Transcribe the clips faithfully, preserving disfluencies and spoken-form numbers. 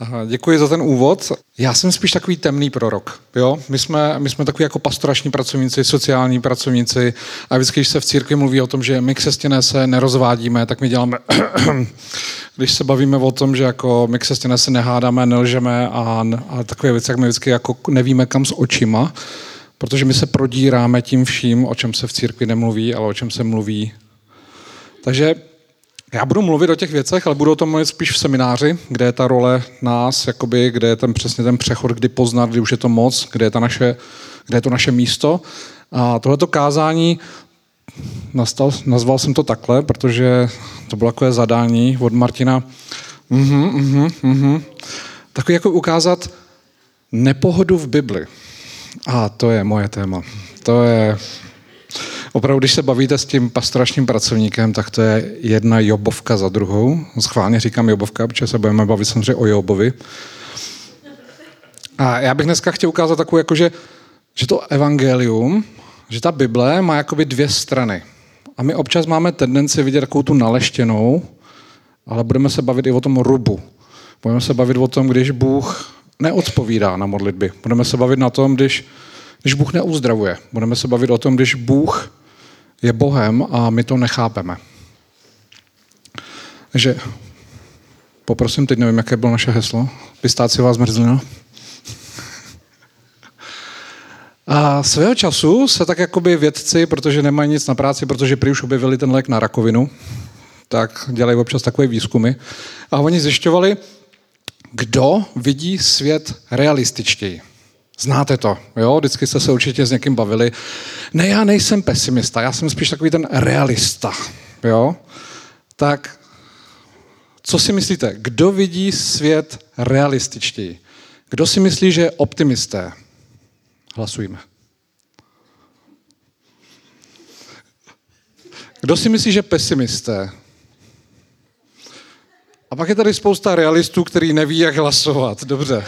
Aha, děkuji za ten úvod. Já jsem spíš takový temný prorok. Jo? My jsme, my jsme takový jako pastorační pracovníci, sociální pracovníci a vždycky, když se v církvi mluví o tom, že my křesťané se nerozvádíme, tak my děláme, když se bavíme o tom, že jako my křesťané se nehádáme, nelžeme a, a takové věci, jak my vždycky jako nevíme kam s očima, protože my se prodíráme tím vším, o čem se v církvi nemluví, ale o čem se mluví. Takže já budu mluvit o těch věcech, ale budu o tom mluvit spíš v semináři, kde je ta role nás, jakoby, kde je ten přesně ten přechod, kdy poznat, kdy už je to moc, kde je, ta naše, kde je to naše místo. A tohleto kázání, nastal, nazval jsem to takhle, protože to bylo takové zadání od Martina. Mhm, mhm, mhm. Takový jako ukázat nepohodu v Bibli. A to je moje téma. To je... Opravdu, když se bavíte s tím pastoračním pracovníkem, tak to je jedna Jobovka za druhou. Schválně říkám Jobovka, protože se budeme bavit samozřejmě o Jobovi. A já bych dneska chtěl ukázat takovou, jako že, že to evangelium, že ta Bible má jakoby dvě strany. A my občas máme tendenci vidět takovou tu naleštěnou, ale budeme se bavit i o tom rubu. Budeme se bavit o tom, když Bůh neodpovídá na modlitby. Budeme se bavit na tom, když, když Bůh neuzdravuje. Budeme se bavit o tom, když Bůh je Bohem a my to nechápeme. Takže poprosím, teď nevím, jaké bylo naše heslo. Vystát si vás mrzlina. A svého času se tak jakoby vědci, protože nemají nic na práci, protože prý už objevili ten lék na rakovinu, tak dělají občas takové výzkumy. A oni zjišťovali, kdo vidí svět realističtěji. Znáte to, jo? Vždycky jste se určitě s někým bavili. Ne, já nejsem pesimista, já jsem spíš takový ten realista, jo? Tak, co si myslíte? Kdo vidí svět realističtěji? Kdo si myslí, že je optimisté? Hlasujme. Kdo si myslí, že pesimisté? A pak je tady spousta realistů, který neví, jak hlasovat. Dobře.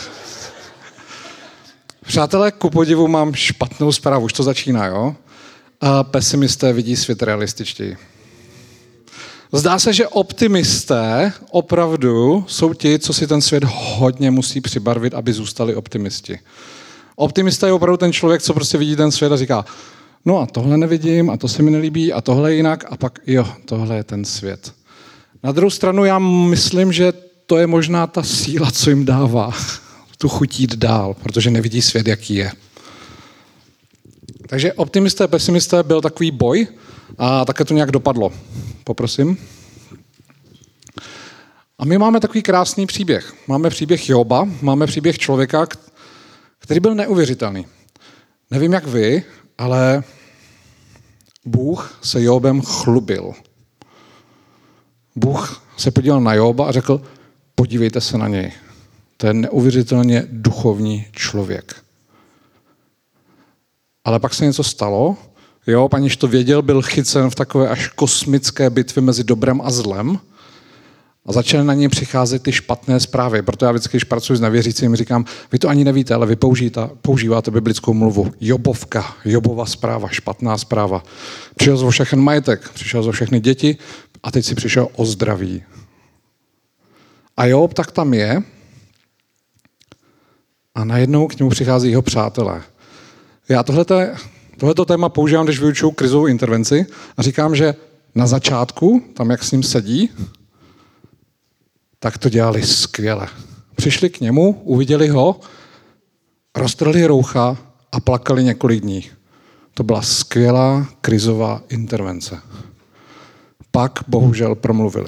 Přátelé, ku podivu mám špatnou zprávu, už to začíná, jo? A pesimisté vidí svět realističtěji. Zdá se, že optimisté opravdu jsou ti, co si ten svět hodně musí přibarvit, aby zůstali optimisti. Optimista je opravdu ten člověk, co prostě vidí ten svět a říká, no a tohle nevidím, a to se mi nelíbí, a tohle je jinak, a pak jo, tohle je ten svět. Na druhou stranu já myslím, že to je možná ta síla, co jim dává tu chuť jít dál, protože nevidí svět, jaký je. Takže optimisté, pesimisté byl takový boj a také to nějak dopadlo. Poprosím. A my máme takový krásný příběh. Máme příběh Joba, máme příběh člověka, který byl neuvěřitelný. Nevím, jak vy, ale Bůh se Jobem chlubil. Bůh se podíval na Joba a řekl, podívejte se na něj. To je neuvěřitelně duchovní člověk. Ale pak se něco stalo. Job, aniž to věděl, byl chycen v takové až kosmické bitvě mezi dobrem a zlem a začaly na něj přicházet ty špatné zprávy. Proto já vždycky, když pracuji s nevěřícími, říkám, vy to ani nevíte, ale vy použijete, používáte biblickou mluvu. Jobovka, Jobova zpráva, špatná zpráva. Přišel zo všechny majetek, přišel zo všechny děti a teď si přišel o zdraví. A Job tak tam je a najednou k němu přichází jeho přátelé. Já tohleto, tohleto téma používám, když vyučuju krizovou intervenci a říkám, že na začátku, tam jak s ním sedí, tak to dělali skvěle. Přišli k němu, uviděli ho, roztrhli roucha a plakali několik dní. To byla skvělá krizová intervence. Pak bohužel promluvili.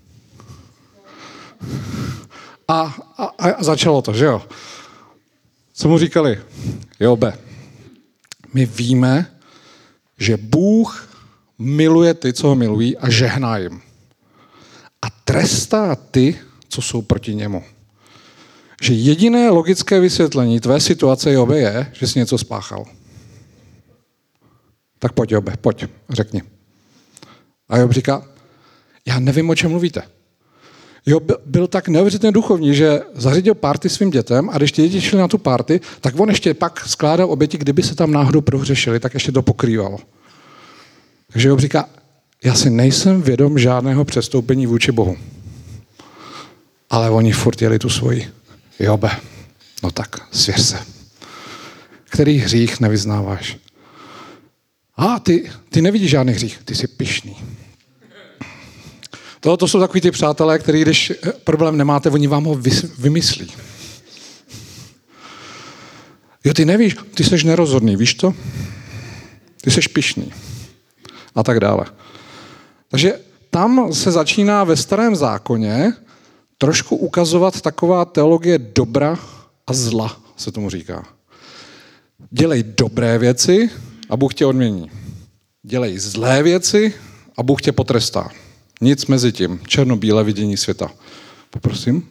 A, a, a začalo to, že jo? Co mu říkali? Jobe, my víme, že Bůh miluje ty, co ho milují a žehná jim. A trestá ty, co jsou proti němu. Že jediné logické vysvětlení tvé situace, Jobe, je, že jsi něco spáchal. Tak pojď, Jobe, pojď, řekni. A Job říká, já nevím, o čem mluvíte. Job byl tak neuvěřitelně duchovní, že zařídil párty svým dětem a když ty děti šly na tu párty, tak on ještě pak skládal oběti, kdyby se tam náhodou prohřešili, tak ještě to pokrývalo. Takže Job říká, já si nejsem vědom žádného přestoupení vůči Bohu. Ale oni furt jeli tu svoji. Jobe, no tak, svěř se. Který hřích nevyznáváš? A ty, ty nevidíš žádný hřích, ty jsi pyšný. To, to jsou takový ty přátelé, který když problém nemáte, oni vám ho vymyslí. Jo, ty nevíš, ty jsi nerozhodný, víš to? Ty jsi pyšný. A tak dále. Takže tam se začíná ve Starém zákoně trošku ukazovat taková teologie dobra a zla, se tomu říká. Dělej dobré věci a Bůh tě odmění. Dělej zlé věci a Bůh tě potrestá. Nic mezi tím. Černobílé vidění světa. Poprosím.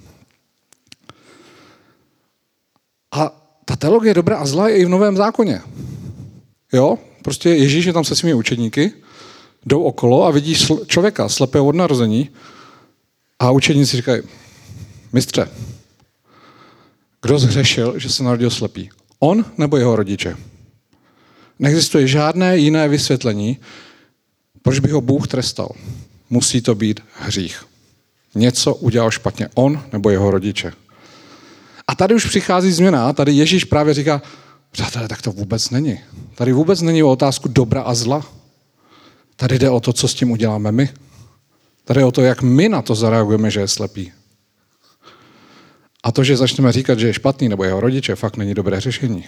A ta teologie dobra a zla je i v Novém zákoně. Jo? Prostě Ježíš je tam se svými učedníky, jdou okolo a vidí sl- člověka slepého od narození a učedníci říkají, mistře, kdo zhřešil, že se narodil slepý? On nebo jeho rodiče? Neexistuje žádné jiné vysvětlení, proč by ho Bůh trestal. Musí to být hřích. Něco udělal špatně on nebo jeho rodiče. A tady už přichází změna. Tady Ježíš právě říká, přátelé, tak to vůbec není. Tady vůbec není o otázku dobra a zla. Tady jde o to, co s tím uděláme my. Tady jde o to, jak my na to zareagujeme, že je slepý. A to, že začneme říkat, že je špatný nebo jeho rodiče, fakt není dobré řešení.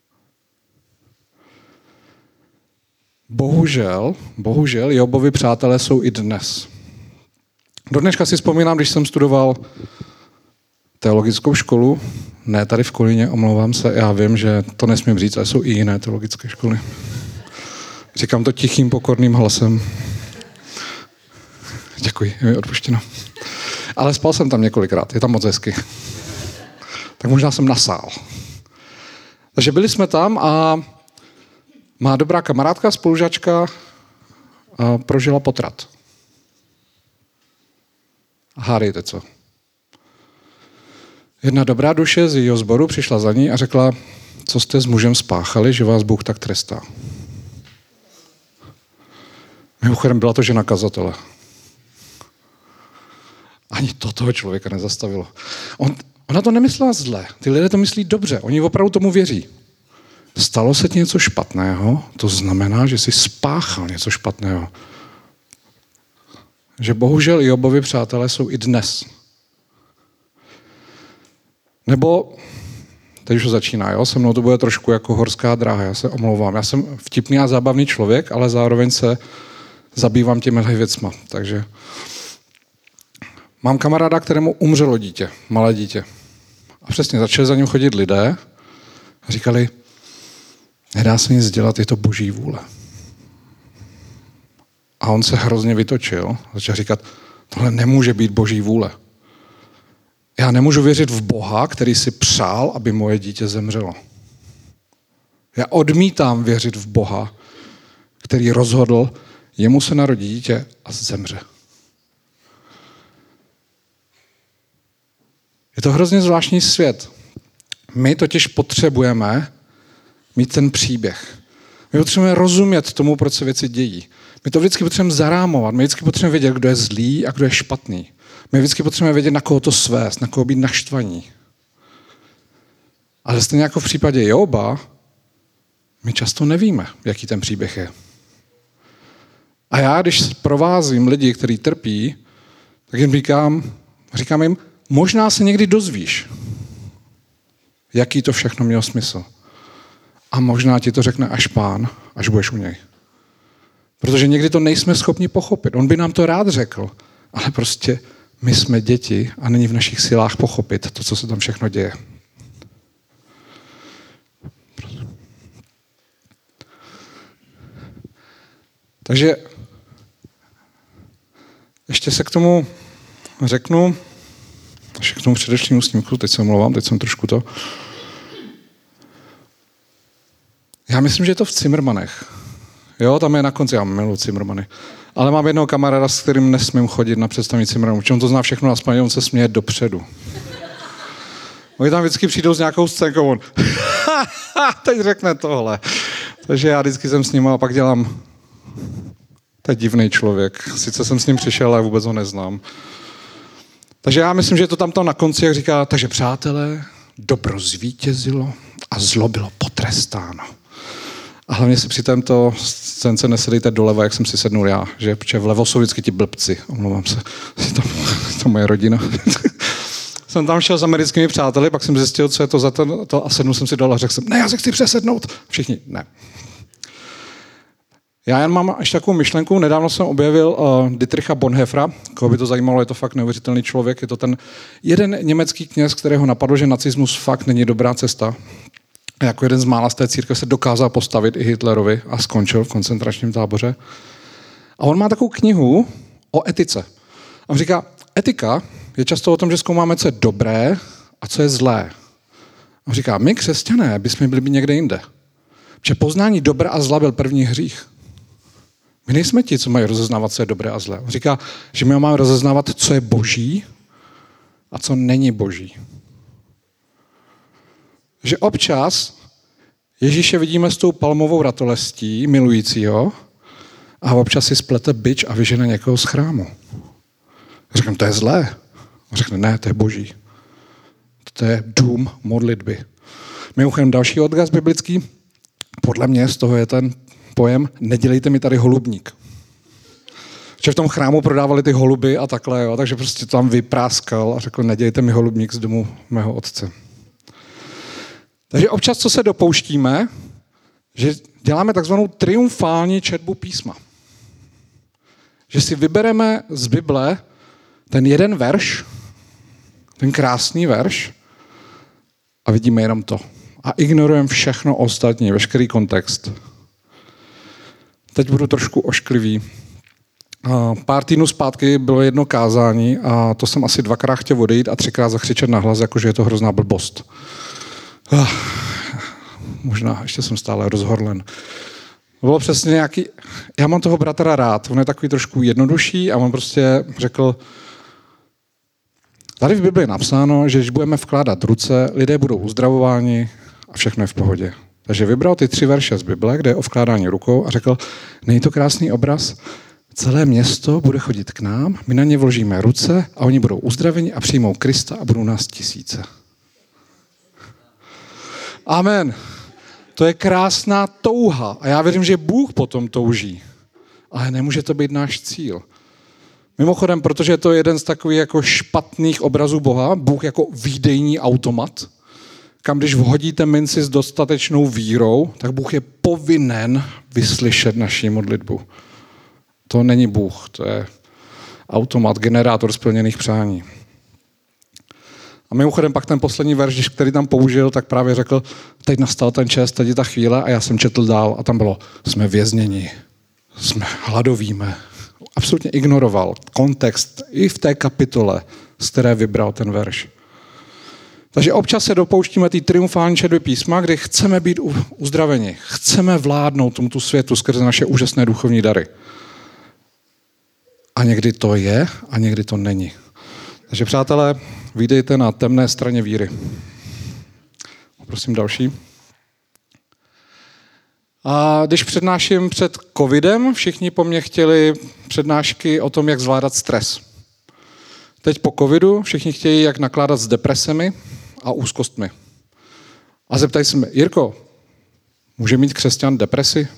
Bohužel, bohužel, Jobovi přátelé jsou i dnes. Do dneška si vzpomínám, když jsem studoval teologickou školu, ne tady v Kolíně, omlouvám se, já vím, že to nesmím říct, ale jsou i jiné teologické školy. Říkám to tichým, pokorným hlasem. Děkuji, je mi odpuštěno. Ale spal jsem tam několikrát, je tam moc hezky. Tak možná jsem nasál. Takže byli jsme tam a má dobrá kamarádka, spolužačka, a prožila potrat. A hádejte co? Jedna dobrá duše z jejího sboru přišla za ní a řekla, co jste s mužem spáchali, že vás Bůh tak trestá. Mimochodem byla to žena kazatele. Ani to toho člověka nezastavilo. On, ona to nemyslela zle. Ty lidé to myslí dobře. Oni opravdu tomu věří. Stalo se ti něco špatného, to znamená, že jsi spáchal něco špatného. Že bohužel Jobovi přátelé jsou i dnes. Nebo, teď už to začíná, jo? Se mnou to bude trošku jako horská dráha, já se omlouvám. Já jsem vtipný a zábavný člověk, ale zároveň se zabývám těmihle věcma. Takže mám kamaráda, kterému umřelo dítě, malé dítě. A přesně začali za ním chodit lidé a říkali, nedá se nic dělat, je to boží vůle. A on se hrozně vytočil a začal říkat, tohle nemůže být boží vůle. Já nemůžu věřit v Boha, který si přál, aby moje dítě zemřelo. Já odmítám věřit v Boha, který rozhodl, jemu se narodí dítě a zemře. Je to hrozně zvláštní svět. My totiž potřebujeme mít ten příběh. My potřebujeme rozumět tomu, proč se věci dějí. My to vždycky potřebujeme zarámovat. My vždycky potřebujeme vědět, kdo je zlý a kdo je špatný. My vždycky potřebujeme vědět, na koho to svést, na koho být naštvaní. Ale stejně jako v případě Joba, my často nevíme, jaký ten příběh je. A já, když provázím lidi, kteří trpí, tak jim říkám, říkám jim, možná se někdy dozvíš, jaký to všechno mělo smysl. A možná ti to řekne až Pán, až budeš u něj. Protože někdy to nejsme schopni pochopit. On by nám to rád řekl, ale prostě my jsme děti a není v našich silách pochopit to, co se tam všechno děje. Takže ještě se k tomu řeknu, ještě k tomu předešlému snímku, teď se omlouvám, teď jsem trošku to. Já myslím, že je to v Cimrmanech. Jo, tam je na konci, já miluji Cimrmany. Ale mám jednoho kamaráda, s kterým nesmím chodit na představení Cimrmanů. On to zná všechno aspoň, on se směje dopředu. Oni tam vždycky přijdou s nějakou scénkou, on teď řekne tohle. Takže já vždycky jsem s ním a pak dělám, to je divný člověk. Sice jsem s ním přišel, ale vůbec ho neznám. Takže já myslím, že je to tam to na konci, jak říká, takže přátelé, dobro zvítězilo a zlo bylo potrestáno. A hlavně si při této scénce nesedejte doleva, jak jsem si sednul já, že? Protože vlevo jsou vždycky ti blbci, omlouvám se, to, to moje rodina. Jsem tam šel s americkými přáteli, pak jsem zjistil, co je to za to, to a sednul jsem si dole a řekl jsem, ne, já se chci přesednout. Všichni, ne. Já jen mám ještě takovou myšlenku, nedávno jsem objevil uh, Dietricha Bonhoeffera, koho by to zajímalo, je to fakt neuvěřitelný člověk, je to ten jeden německý kněz, kterého napadlo, že nacismus fakt není dobrá cesta. A jako jeden z mála z té církve se dokázal postavit i Hitlerovi a skončil v koncentračním táboře. A on má takovou knihu o etice. A on říká, etika je často o tom, že zkoumáme, co je dobré a co je zlé. A on říká, my křesťané bychom byli být někde jinde. Protože poznání dobra a zla byl první hřích. My nejsme ti, co mají rozeznávat, co je dobré a zlé. On říká, že my máme rozeznávat, co je boží a co není boží. Že občas Ježíše vidíme s tou palmovou ratolestí, milujícího, a občas si splete bič a vyžene někoho z chrámu. Řekne, to je zlé. A řekne, ne, to je boží. To je dům modlitby. Mimochodem další odkaz biblický, podle mě z toho je ten pojem, nedělejte mi tady holubník. Že v tom chrámu prodávali ty holuby a takhle, jo, takže prostě to tam vypráskal a řekl, nedělejte mi holubník z domu mého otce. Takže občas, co se dopouštíme, že děláme takzvanou triumfální četbu písma. Že si vybereme z Bible ten jeden verš, ten krásný verš a vidíme jenom to. A ignorujeme všechno ostatní, veškerý kontext. Teď budu trošku ošklivý. Pár týdnů zpátky bylo jedno kázání a to jsem asi dvakrát chtěl odejít a třikrát zakřičet nahlas, jakože je to hrozná blbost. Ah, možná ještě jsem stále rozhorlen. Bylo přesně nějaký... Já mám toho bratra rád, on je takový trošku jednodušší a on prostě řekl, tady v Bibli je napsáno, že když budeme vkládat ruce, lidé budou uzdravováni a všechno je v pohodě. Takže vybral ty tři verše z Bible, kde je o vkládání rukou a řekl, není to krásný obraz? Celé město bude chodit k nám, my na ně vložíme ruce a oni budou uzdraveni a přijmou Krista a budou nás tisíce. Amen. To je krásná touha a já věřím, že Bůh potom touží. Ale nemůže to být náš cíl. Mimochodem, protože to je jeden z takových jako špatných obrazů Boha, Bůh jako výdejní automat, kam když vhodíte minci s dostatečnou vírou, tak Bůh je povinen vyslyšet naši modlitbu. To není Bůh, to je automat, generátor splněných přání. A mimochodem pak ten poslední verš, který tam použil, tak právě řekl, teď nastal ten čas, teď je ta chvíle a já jsem četl dál a tam bylo, jsme vězněni, jsme hladovíme. Absolutně ignoroval kontext i v té kapitole, z které vybral ten verš. Takže občas se dopouštíme té triumfální četby písma, kdy chceme být uzdraveni, chceme vládnout tomuto světu skrze naše úžasné duchovní dary. A někdy to je a někdy to není. Takže přátelé, vítejte na temné straně víry. Prosím další. A když přednáším před covidem, všichni po mně chtěli přednášky o tom, jak zvládat stres. Teď po covidu všichni chtějí, jak nakládat s depresemi a úzkostmi. A zeptají se mě, Jirko, může mít křesťan depresi?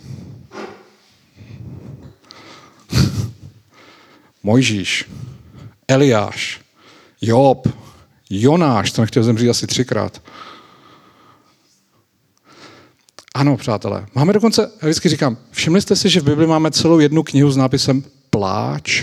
Mojžíš, Eliáš, Job, Jonáš, ten chtěl zemřít asi třikrát. Ano, přátelé. Máme dokonce, já vždycky říkám, všimli jste si, že v Bibli máme celou jednu knihu s nápisem Pláč?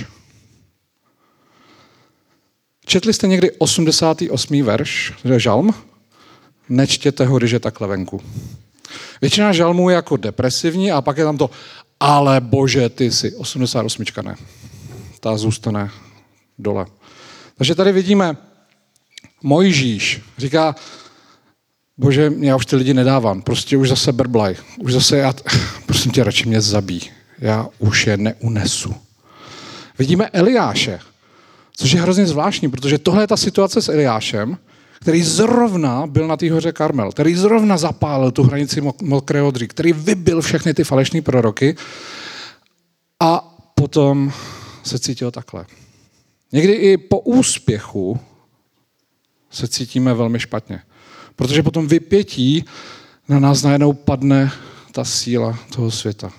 Četli jste někdy osmdesátý osmý verš, to je žalm? Nečtěte ho, když je takhle venku. Většina žalmů je jako depresivní a pak je tam to, ale bože, ty jsi, osmdesát osm ne. Ta zůstane dole. Takže tady vidíme, Mojžíš říká, bože, já už ty lidi nedávám, prostě už zase brblaj, už zase já, prosím tě, radši mě zabij, já už je neunesu. Vidíme Eliáše, což je hrozně zvláštní, protože tohle je ta situace s Eliášem, který zrovna byl na té hoře Karmel, který zrovna zapálil tu hranici mokré odří, který vybil všechny ty falešné proroky a potom se cítil takhle. Někdy i po úspěchu se cítíme velmi špatně. Protože po tom vypětí na nás najednou padne ta síla toho světa.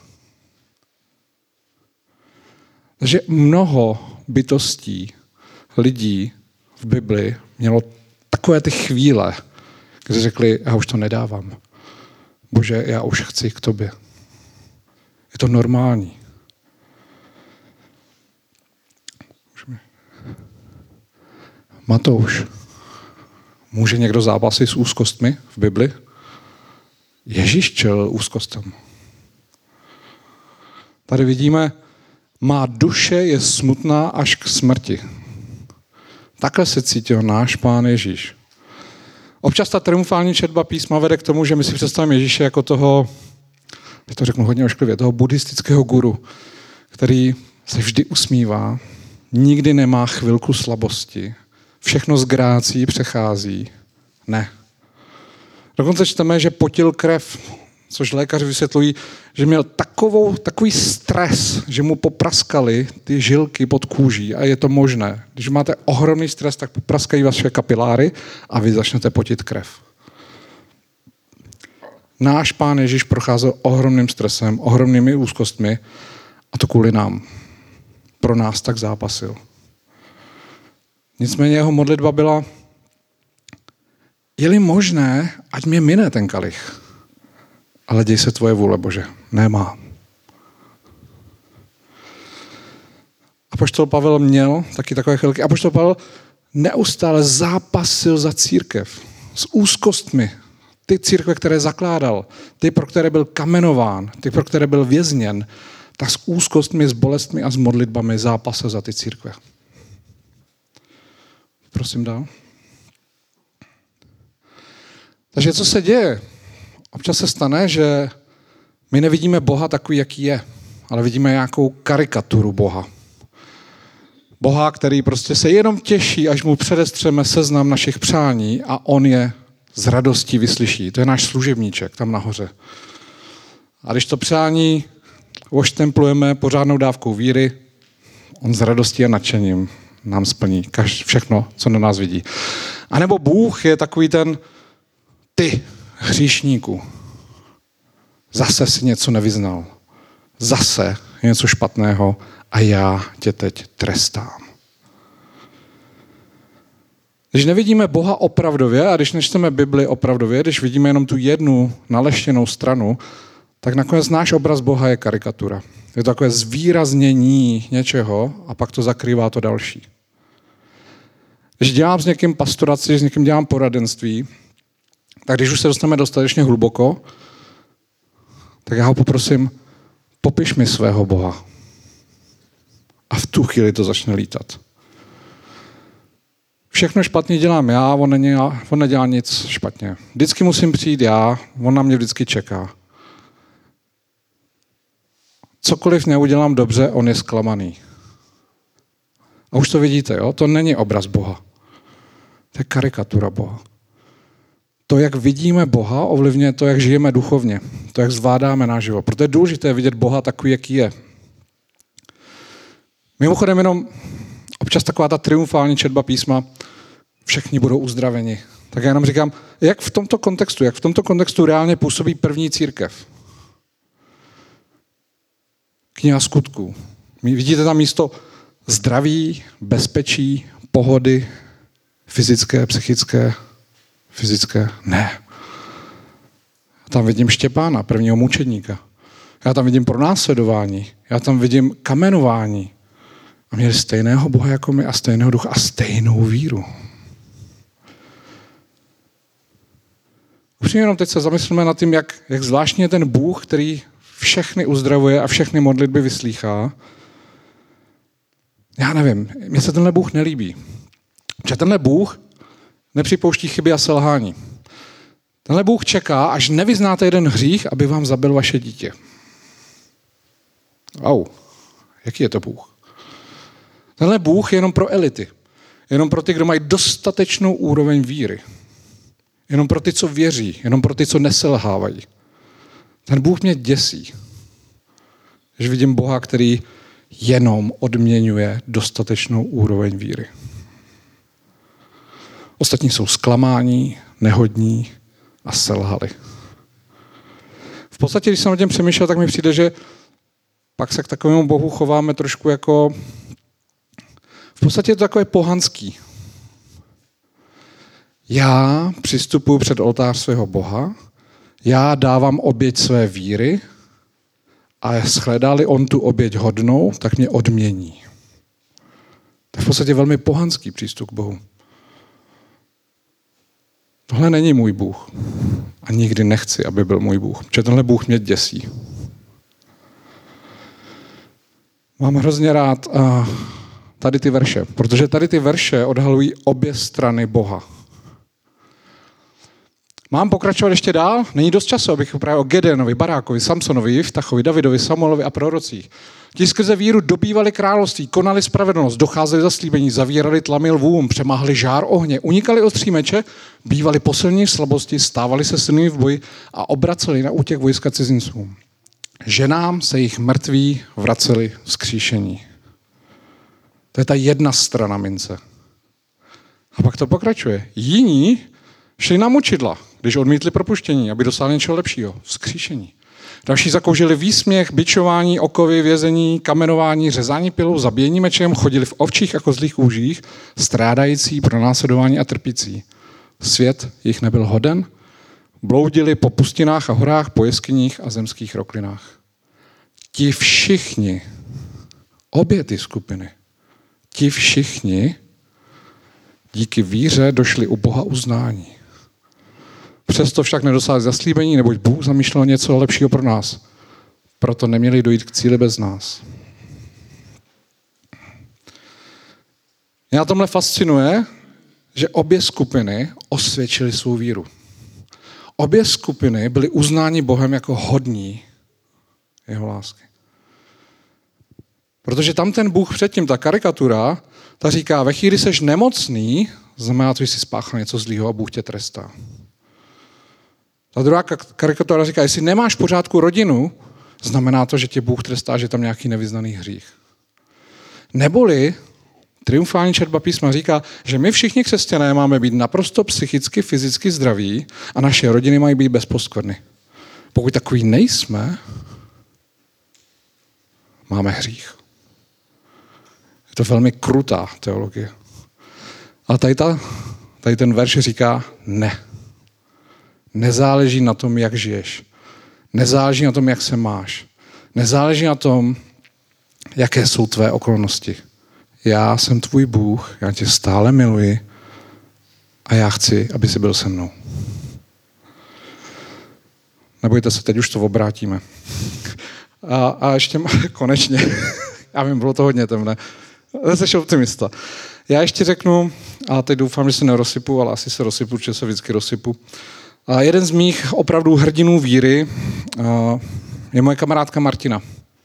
Takže mnoho bytostí, lidí v Bibli mělo takové ty chvíle, kdy řekli, já už to nedávám. Bože, já už chci k tobě. Je to normální. Matouš. Může někdo zápasit s úzkostmi v Bibli? Ježíš čelil úzkostem. Tady vidíme, má duše je smutná až k smrti. Takhle se cítil náš Pán Ježíš. Občas ta triumfální četba písma vede k tomu, že my si představíme Ježíše jako toho, já to řeknu hodně ošklivě, toho buddhistického guru, který se vždy usmívá, nikdy nemá chvilku slabosti, všechno z grácí přechází. Ne. Dokonce čteme, že potil krev, což lékaři vysvětlují, že měl takovou, takový stres, že mu popraskali ty žilky pod kůží a je to možné. Když máte ohromný stres, tak popraskají vaše kapiláry a vy začnete potit krev. Náš Pán Ježíš procházel ohromným stresem, ohromnými úzkostmi a to kvůli nám. Pro nás tak zápasil. Nicméně jeho modlitba byla, je-li možné, ať mě mine ten kalich. Ale děj se tvoje vůle, Bože. Nemá. Apoštol Pavel měl taky takové chvilky. Apoštol Pavel neustále zápasil za církev. S úzkostmi. Ty církve, které zakládal. Ty, pro které byl kamenován. Ty, pro které byl vězněn. Tak s úzkostmi, s bolestmi a s modlitbami zápasil za ty církve. Prosím dál. Takže co se děje? Občas se stane, že my nevidíme Boha takový, jaký je, ale vidíme nějakou karikaturu Boha. Boha, který prostě se jenom těší, až mu předestřeme seznam našich přání a on je s radostí vyslyší. To je náš služebníček tam nahoře. A když to přání oštemplujeme pořádnou dávkou víry, on s radostí a nadšením nám splní všechno, co na nás vidí. A nebo Bůh je takový ten ty, hříšníku, zase si něco nevyznal. Zase je něco špatného a já tě teď trestám. Když nevidíme Boha opravdově a když nečteme Bibli opravdově, když vidíme jenom tu jednu naleštěnou stranu, tak nakonec náš obraz Boha je karikatura. Je to takové zvýraznění něčeho a pak to zakrývá to další. Když dělám s někým pastoraci, s někým dělám poradenství, tak když už se dostaneme dostatečně hluboko, tak já ho poprosím, popiš mi svého Boha. A v tu chvíli to začne lítat. Všechno špatně dělám já, on, není, on nedělá nic špatně. Vždycky musím přijít já, on na mě vždycky čeká. Cokoliv neudělám dobře, on je zklamaný. A už to vidíte, jo? To není obraz Boha. To je karikatura Boha. To, jak vidíme Boha, ovlivňuje to, jak žijeme duchovně. To, jak zvládáme náš život. Proto je důležité vidět Boha takový, jaký je. Mimochodem jenom občas taková ta triumfální četba písma, všichni budou uzdraveni. Tak já jenom říkám, jak v tomto kontextu, jak v tomto kontextu reálně působí první církev. Kniha Skutků. Vidíte tam místo zdraví, bezpečí, pohody, fyzické, psychické, fyzické? Ne. Já tam vidím Štěpána, prvního mučedníka. Já tam vidím pronásledování. Já tam vidím kamenování. A měli stejného Boha jako my a stejného ducha a stejnou víru. Upřímně jenom teď se zamyslíme nad tím, jak, jak zvláštně je ten Bůh, který všechny uzdravuje a všechny modlitby vyslýchá. Já nevím, mně se tenhle Bůh nelíbí. Protože tenhle Bůh nepřipouští chyby a selhání. Tenhle Bůh čeká, až nevyznáte jeden hřích, aby vám zabil vaše dítě. Au, jaký je to Bůh? Tenhle Bůh je jenom pro elity. Jenom pro ty, kdo mají dostatečnou úroveň víry. Jenom pro ty, co věří. Jenom pro ty, co neselhávají. Ten Bůh mě děsí. Když vidím Boha, který jenom odměňuje dostatečnou úroveň víry. Ostatní jsou zklamáni, nehodní a selhali. V podstatě, když jsem o těm přemýšlel, tak mi přijde, že pak se k takovému Bohu chováme trošku jako... V podstatě je to takové pohanský. Já přistupuji před oltář svého Boha, já dávám oběť své víry a shledá-li on tu oběť hodnou, tak mě odmění. To je v podstatě velmi pohanský přístup k Bohu. Tohle není můj Bůh. A nikdy nechci, aby byl můj Bůh. Protože tenhle Bůh mě děsí. Mám hrozně rád uh, tady ty verše, protože tady ty verše odhalují obě strany Boha. Mám pokračovat ještě dál? Není dost času, abych vyprávěl o Gedeonovi, Barákovi, Samsonovi, Jiftachovi, Davidovi, Samuelovi a prorocích. Ti skrze víru dobývali království, konali spravedlnost, docházeli zaslíbení, zavírali tlamy lvům, přemáhli žár ohně, unikali ostří meče, bývali posilní v slabosti, stávali se silnými v boji a obraceli na útěk vojska cizincům. Ženám se jich mrtví vraceli vzkříšení. To je ta jedna strana mince. A pak to pokračuje. Jiní šli na mučidla, když odmítli propuštění, aby dosáhli něčeho lepšího. Vzkříšení. Další zakoušeli výsměch, bičování, okovy, vězení, kamenování, řezání pilou, zabíjení mečem, chodili v ovčích a kozlých kůžích, strádající, pronásledování a trpící. Svět jich nebyl hoden, bloudili po pustinách a horách, po jeskyních a zemských roklinách. Ti všichni, obě ty skupiny, ti všichni díky víře došli u Boha uznání. Přesto však nedosáhli zaslíbení, neboť Bůh zamýšlel něco lepšího pro nás. Proto neměli dojít k cíli bez nás. Mě na tomhle fascinuje, že obě skupiny osvědčily svou víru. Obě skupiny byly uznáni Bohem jako hodní jeho lásky. Protože tam ten Bůh předtím, ta karikatura, ta říká, ve chvíli seš nemocný, znamená to, že jsi spáchal něco zlýho a Bůh tě trestá. Ta druhá karikatura říká, jestli nemáš v pořádku rodinu, znamená to, že tě Bůh trestá, že je tam nějaký nevyznaný hřích. Neboli triumfální četba písma říká, že my všichni křesťané máme být naprosto psychicky, fyzicky zdraví a naše rodiny mají být bez poskvrny. Pokud takový nejsme, máme hřích. Je to velmi krutá teologie. A tady, ta, tady ten verš říká ne. Nezáleží na tom, jak žiješ. Nezáleží na tom, jak se máš. Nezáleží na tom, jaké jsou tvé okolnosti. Já jsem tvůj Bůh, já tě stále miluji a já chci, aby jsi byl se mnou. Nebojte se, teď už to obrátíme. A, a ještě konečně, já vím, bylo to hodně temné, jsi optimista. Já ještě řeknu, a teď doufám, že se nerozsypu, ale asi se rozsypu, protože se vždycky rozsypu. A jeden z mých opravdu hrdinů víry je moje kamarádka Martina.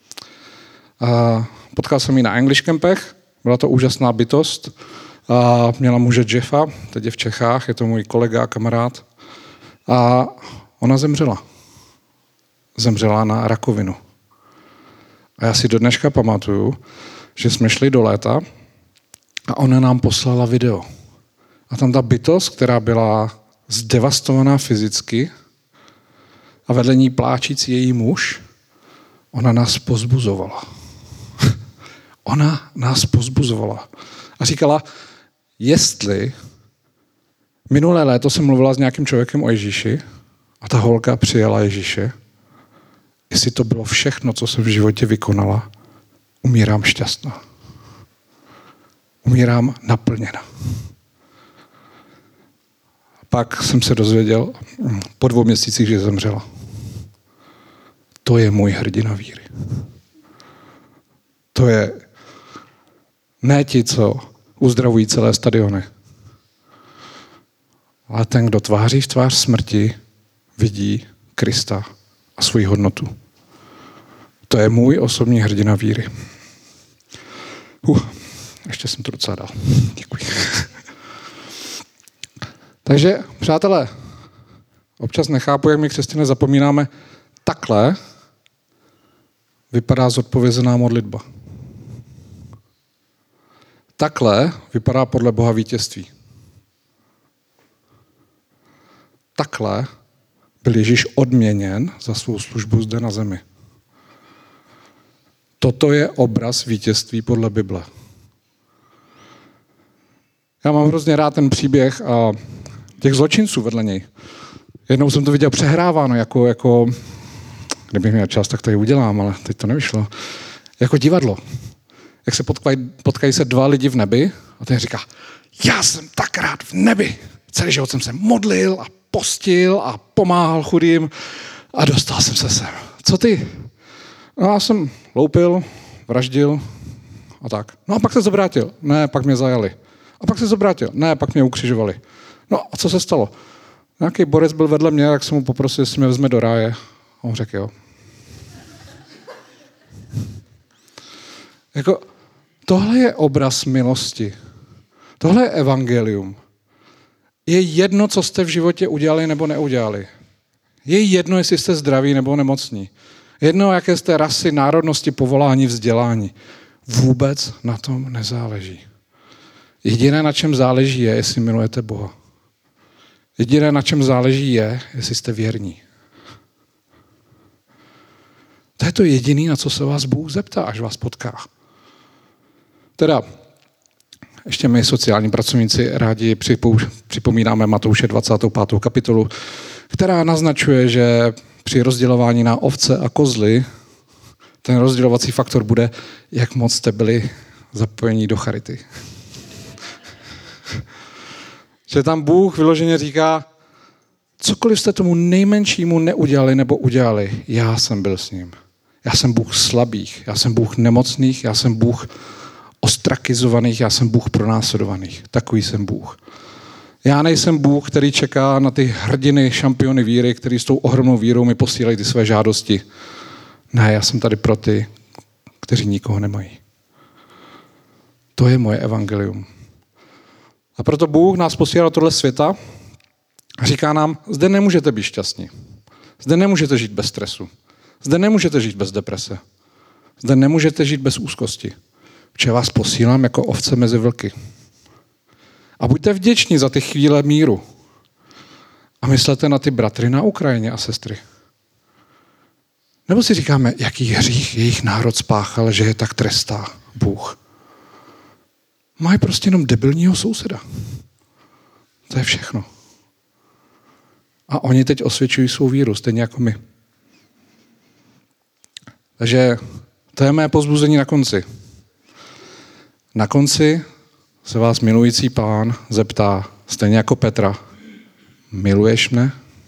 A potkal jsem ji na English campech, byla to úžasná bytost. A měla muže Jeffa, teď je v Čechách, je to můj kolega a kamarád. A ona zemřela. Zemřela na rakovinu. A já si do dneška pamatuju, že jsme šli do léta a ona nám poslala video. A tam ta bytost, která byla zdevastovaná fyzicky a vedle ní pláčící její muž, ona nás pozbuzovala. Ona nás pozbuzovala. A říkala, jestli minulé léto jsem mluvila s nějakým člověkem o Ježíši a ta holka přijala Ježíše, jestli to bylo všechno, co jsem v životě vykonala, umírám šťastná. Umírám naplněna. Pak jsem se dozvěděl po dvou měsících, že zemřela. To je můj hrdina víry. To je ne ti, co uzdravují celé stadiony, ale ten, kdo tváří v tvář smrti, vidí Krista a svoji hodnotu. To je můj osobní hrdina víry. Uh, ještě jsem to docela dal. Děkuji. Takže, přátelé, občas nechápu, jak my křesťané zapomínáme, takhle vypadá zodpovězená modlitba. Takhle vypadá podle Boha vítězství. Takhle byl Ježíš odměněn za svou službu zde na zemi. Toto je obraz vítězství podle Bible. Já mám hrozně rád ten příběh a těch zločinců vedle něj. Jednou jsem to viděl přehráváno, jako, jako kdybych měl čas, tak to i udělám, ale teď to nevyšlo. Jako divadlo. Jak se potkají, potkají se dva lidi v nebi a ten říká, já jsem tak rád v nebi. Celý život jsem se modlil a postil a pomáhal chudým a dostal jsem se sem. Co ty? No já jsem loupil, vraždil a tak. No a pak se zobrátil. Ne, pak mě zajali. A pak se zobrátil. Ne, pak mě ukřižovali. No a co se stalo? Nějaký borec byl vedle mě, tak jsem mu poprosil, jestli mě vezme do ráje. A on řekl jo. Jako, tohle je obraz milosti. Tohle je evangelium. Je jedno, co jste v životě udělali nebo neudělali. Je jedno, jestli jste zdraví nebo nemocní. Jedno, jaké jste rasy, národnosti, povolání, vzdělání. Vůbec na tom nezáleží. Jediné, na čem záleží, je, jestli milujete Boha. Jediné, na čem záleží, je, jestli jste věrní. To je to jediné, na co se vás Bůh zeptá, až vás potká. Teda, ještě my sociální pracovníci rádi připomínáme Matouše dvacátou pátou kapitolu, která naznačuje, že při rozdělování na ovce a kozly ten rozdělovací faktor bude, jak moc jste byli zapojení do charity. Že tam Bůh vyloženě říká, cokoliv jste tomu nejmenšímu neudělali nebo udělali, já jsem byl s ním. Já jsem Bůh slabých, já jsem Bůh nemocných, já jsem Bůh ostrakizovaných, já jsem Bůh pronásledovaných. Takový jsem Bůh. Já nejsem Bůh, který čeká na ty hrdiny, šampiony víry, který s tou ohromnou vírou mi posílají ty své žádosti. Ne, já jsem tady pro ty, kteří nikoho nemají. To je moje evangelium. A proto Bůh nás posílá do tohle světa a říká nám, zde nemůžete být šťastní. Zde nemůžete žít bez stresu. Zde nemůžete žít bez deprese. Zde nemůžete žít bez úzkosti. Protože vás posílám jako ovce mezi vlky. A buďte vděční za ty chvíle míru. A myslete na ty bratry na Ukrajině a sestry. Nebo si říkáme, jaký hřích jejich národ spáchal, že je tak trestá Bůh. Mají prostě jenom debilního souseda. To je všechno. A oni teď osvědčují svou víru, stejně jako my. Takže to je mé povzbuzení na konci. Na konci se vás milující Pán zeptá, stejně jako Petra, miluješ mne?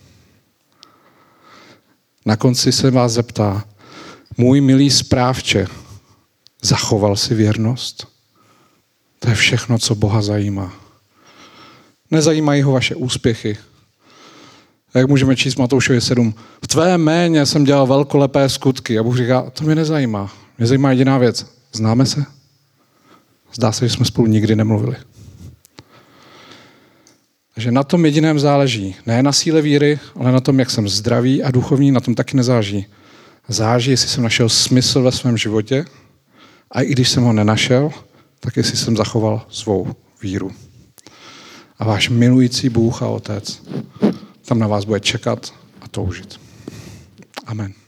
Na konci se vás zeptá, můj milý správče, zachoval si věrnost? To je všechno, co Boha zajímá. Nezajímají ho vaše úspěchy. Jak můžeme číst Matoušovi sedm? V tvé jméně jsem dělal velkolepé skutky. A Bůh říká, to mě nezajímá. Mě zajímá jediná věc. Známe se? Zdá se, že jsme spolu nikdy nemluvili. Takže na tom jediném záleží. Ne na síle víry, ale na tom, jak jsem zdravý a duchovní, na tom taky nezáží. Záží, jestli jsem našel smysl ve svém životě a i když jsem ho nenašel, tak jestli jsem zachoval svou víru. A váš milující Bůh a Otec tam na vás bude čekat a toužit. Amen.